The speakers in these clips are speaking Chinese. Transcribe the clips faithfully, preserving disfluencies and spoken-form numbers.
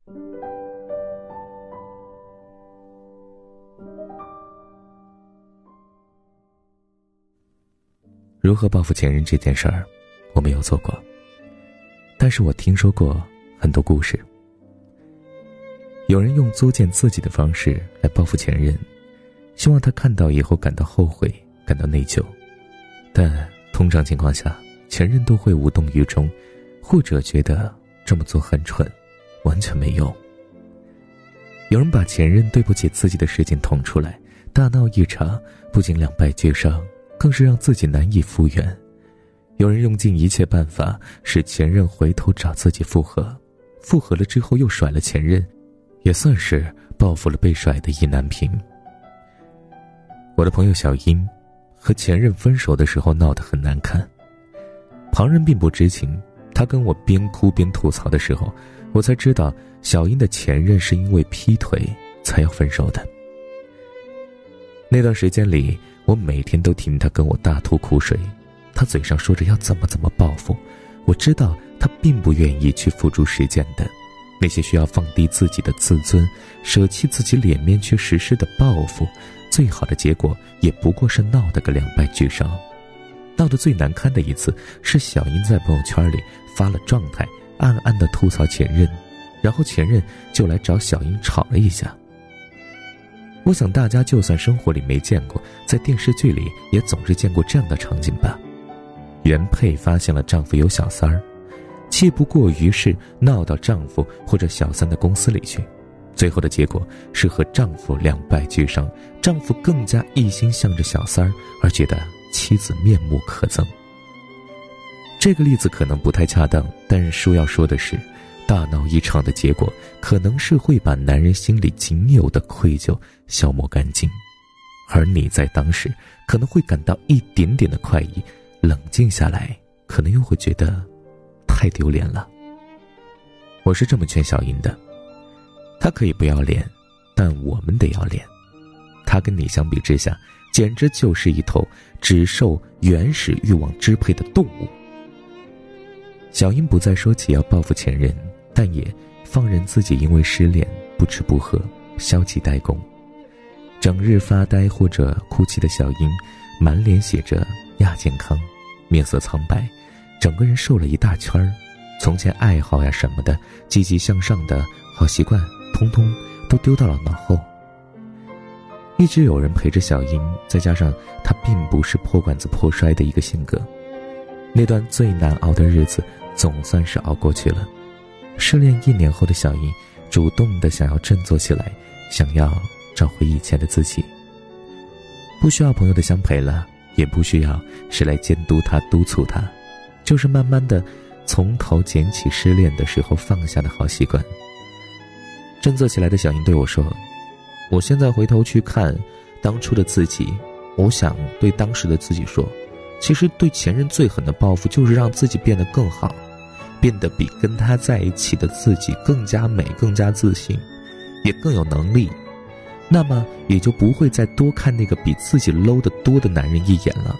如何报复前任这件事儿，我没有做过，但是我听说过很多故事。有人用作践自己的方式来报复前任，希望他看到以后感到后悔，感到内疚，但通常情况下，前任都会无动于衷，或者觉得这么做很蠢，完全没用。有人把前任对不起自己的事情捅出来，大闹一场，不仅两败俱伤，更是让自己难以复原。有人用尽一切办法使前任回头找自己复合，复合了之后又甩了前任，也算是报复了被甩的意难平。我的朋友小英和前任分手的时候闹得很难看，旁人并不知情，他跟我边哭边吐槽的时候，我才知道小英的前任是因为劈腿才要分手的。那段时间里，我每天都听他跟我大吐苦水，他嘴上说着要怎么怎么报复，我知道他并不愿意去付诸实践的。那些需要放低自己的自尊，舍弃自己脸面去实施的报复，最好的结果也不过是闹得个两败俱伤。闹得最难堪的一次是小英在朋友圈里发了状态，暗暗地吐槽前任，然后前任就来找小英吵了一下。我想大家就算生活里没见过，在电视剧里也总是见过这样的场景吧。原配发现了丈夫有小三儿，气不过于是闹到丈夫或者小三的公司里去，最后的结果是和丈夫两败俱伤，丈夫更加一心向着小三儿，而觉得妻子面目可憎。这个例子可能不太恰当，但书要说的是，大闹一场的结果可能是会把男人心里仅有的愧疚消磨干净，而你在当时可能会感到一点点的快意，冷静下来可能又会觉得太丢脸了。我是这么劝小英的，她可以不要脸，但我们得要脸。她跟你相比之下，简直就是一头只受原始欲望支配的动物。小英不再说起要报复前任，但也放任自己因为失恋不吃不喝，消极怠工。整日发呆或者哭泣的小英，满脸写着亚健康，面色苍白，整个人瘦了一大圈儿。从前爱好呀什么的，积极向上的好习惯，通通都丢到了脑后。一直有人陪着小英，再加上她并不是破罐子破摔的一个性格，那段最难熬的日子总算是熬过去了。失恋一年后的小英主动的想要振作起来，想要找回以前的自己。不需要朋友的相陪了，也不需要谁来监督他督促他，就是慢慢的从头捡起失恋的时候放下的好习惯。振作起来的小英对我说，我现在回头去看当初的自己，我想对当时的自己说，其实对前任最狠的报复就是让自己变得更好，变得比跟他在一起的自己更加美，更加自信，也更有能力，那么也就不会再多看那个比自己 low 得多的男人一眼了。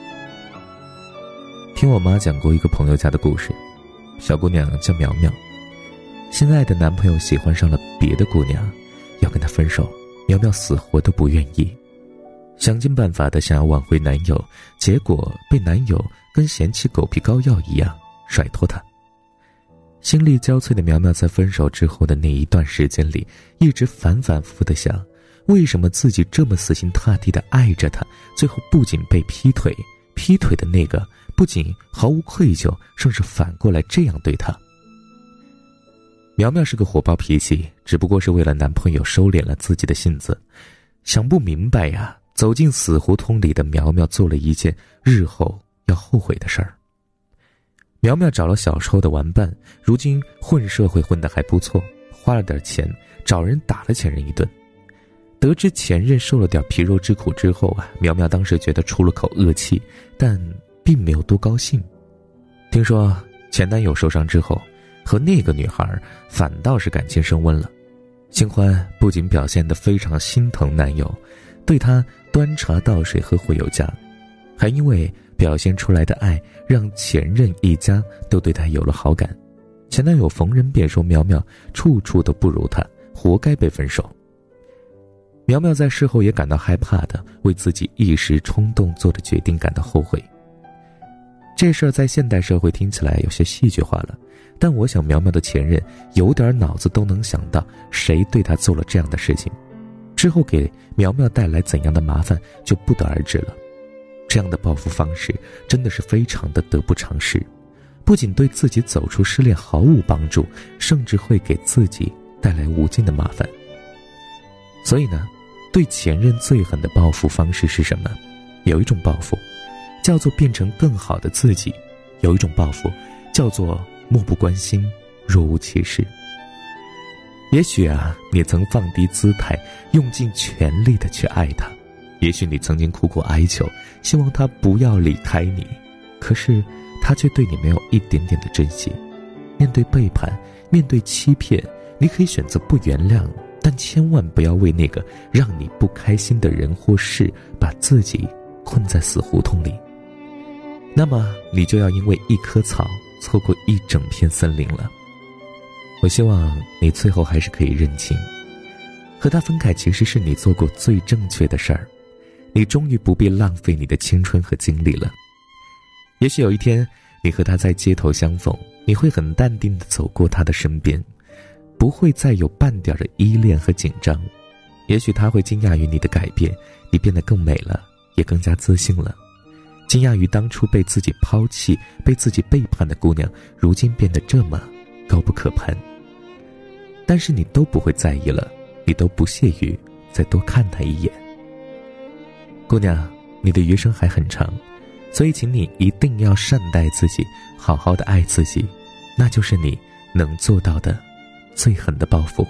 听我妈讲过一个朋友家的故事，小姑娘叫苗苗，心爱的男朋友喜欢上了别的姑娘，要跟她分手，苗苗死活都不愿意，想尽办法的想要挽回男友，结果被男友跟嫌弃狗皮膏药一样甩脱她。心力交瘁的苗苗在分手之后的那一段时间里，一直反反复复的想，为什么自己这么死心塌地的爱着他，最后不仅被劈腿，劈腿的那个不仅毫无愧疚，甚至反过来这样对他。苗苗是个火爆脾气，只不过是为了男朋友收敛了自己的性子。想不明白呀，走进死胡同里的苗苗做了一件日后要后悔的事儿。苗苗找了小时候的玩伴，如今混社会混得还不错，花了点钱找人打了前任一顿。得知前任受了点皮肉之苦之后啊，苗苗当时觉得出了口恶气，但并没有多高兴。听说前男友受伤之后，和那个女孩反倒是感情升温了。新欢不仅表现得非常心疼男友，对他端茶倒水喝回有加，还因为表现出来的爱让前任一家都对他有了好感， 前男友逢人便说苗苗处处都不如他，活该被分手。苗苗在事后也感到害怕的，为自己一时冲动做的决定感到后悔。这事儿在现代社会听起来有些戏剧化了，但我想苗苗的前任有点脑子都能想到谁对他做了这样的事情，之后给苗苗带来怎样的麻烦就不得而知了。这样的报复方式真的是非常的得不偿失，不仅对自己走出失恋毫无帮助，甚至会给自己带来无尽的麻烦。所以呢，对前任最狠的报复方式是什么？有一种报复叫做变成更好的自己，有一种报复叫做漠不关心，若无其事。也许啊，你曾放低姿态，用尽全力的去爱他，也许你曾经苦苦哀求，希望他不要离开你，可是他却对你没有一点点的珍惜。面对背叛，面对欺骗，你可以选择不原谅，但千万不要为那个让你不开心的人或事把自己困在死胡同里，那么你就要因为一棵草错过一整片森林了。我希望你最后还是可以认清，和他分开其实是你做过最正确的事儿，你终于不必浪费你的青春和精力了。也许有一天你和他在街头相逢，你会很淡定地走过他的身边，不会再有半点的依恋和紧张。也许他会惊讶于你的改变，你变得更美了，也更加自信了，惊讶于当初被自己抛弃被自己背叛的姑娘如今变得这么高不可攀。但是你都不会在意了，你都不屑于再多看他一眼。姑娘，你的余生还很长，所以请你一定要善待自己，好好的爱自己，那就是你能做到的最狠的报复。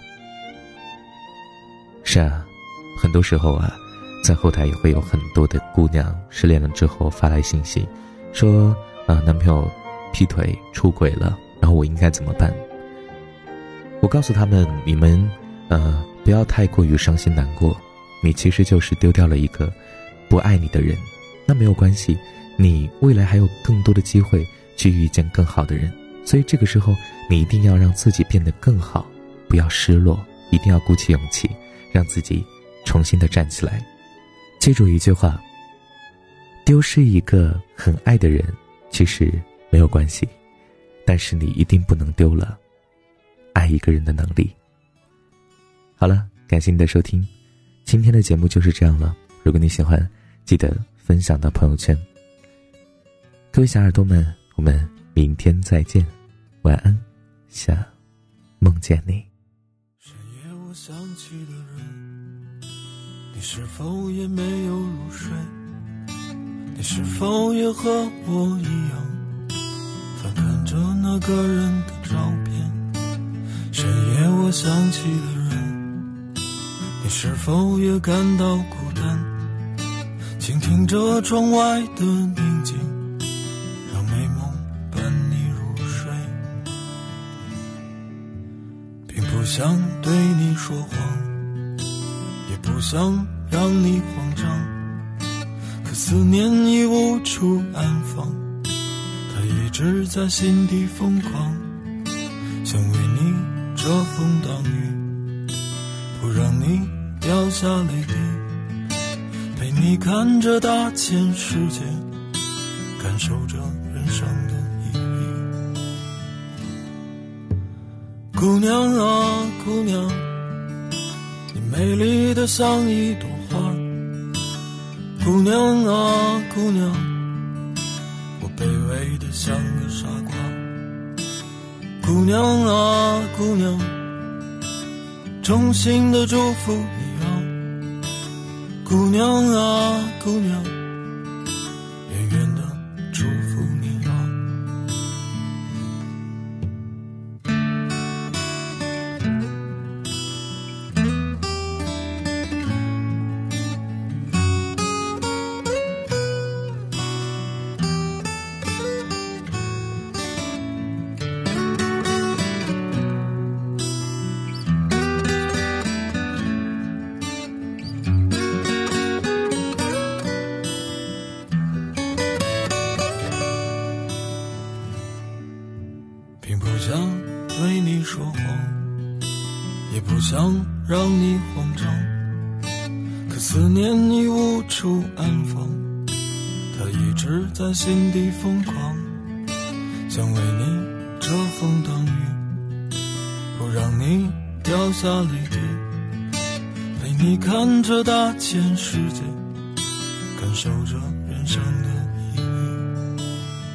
是啊，很多时候啊，在后台也会有很多的姑娘失恋了之后发来信息，说啊、呃，男朋友劈腿出轨了，然后我应该怎么办？我告诉他们，你们呃不要太过于伤心难过，你其实就是丢掉了一个不爱你的人，那没有关系，你未来还有更多的机会去遇见更好的人，所以这个时候你一定要让自己变得更好，不要失落，一定要鼓起勇气，让自己重新的站起来。记住一句话，丢失一个很爱的人其实没有关系，但是你一定不能丢了爱一个人的能力。好了，感谢你的收听，今天的节目就是这样了。如果你喜欢，记得分享到朋友圈。各位小耳朵们，我们明天再见，晚安，想梦见你。 深夜我想起的人，你是否也没有入睡？你是否也和我一样翻看着那个人的照片？深夜我想起的人，你是否也感到孤单？倾听着窗外的宁静，让美梦伴你入睡。并不想对你说谎，也不想让你慌张，可思念已无处安放，它一直在心底疯狂，想为你遮风挡雨，不让你掉下泪滴，陪你看着大千世界，感受着人生的意义。姑娘啊姑娘，你美丽的像一朵花。姑娘啊姑娘，我卑微的像个傻瓜。姑娘啊姑娘，衷心的祝福你啊。姑娘啊姑娘，远远的祝福你啊。 不想让你慌张，可思念已无处安放，它一直在心底疯狂，想为你遮风挡雨，不让你掉下泪滴，陪你看着大千世界，感受着人生的意义。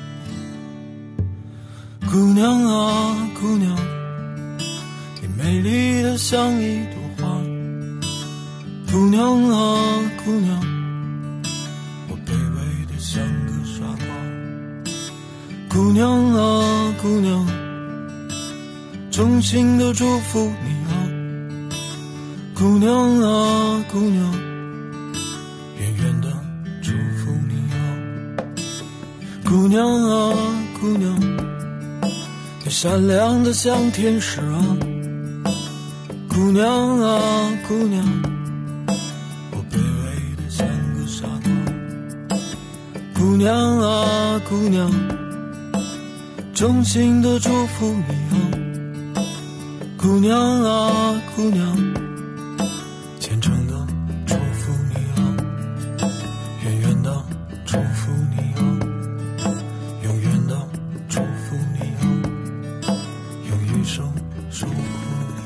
姑娘啊姑娘，你美丽的像一朵花，姑娘啊姑娘，我卑微的像个傻瓜。姑娘啊姑娘，衷心的祝福你啊，姑娘啊姑娘，远远的祝福你啊。姑娘啊姑娘，你善良的像天使啊，姑娘啊姑娘，我卑微的像个傻瓜。姑娘啊姑娘，衷心的祝福你啊，姑娘啊姑娘，虔诚的祝福你啊，远远的祝福你啊，永远的祝福你啊，用余生守护你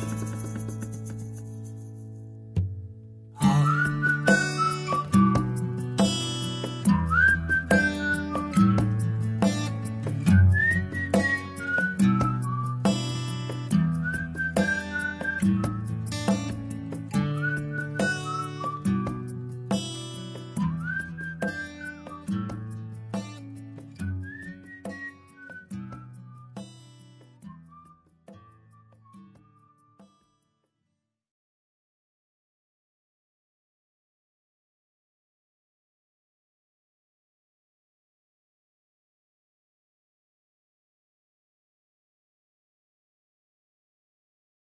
啊。嗯。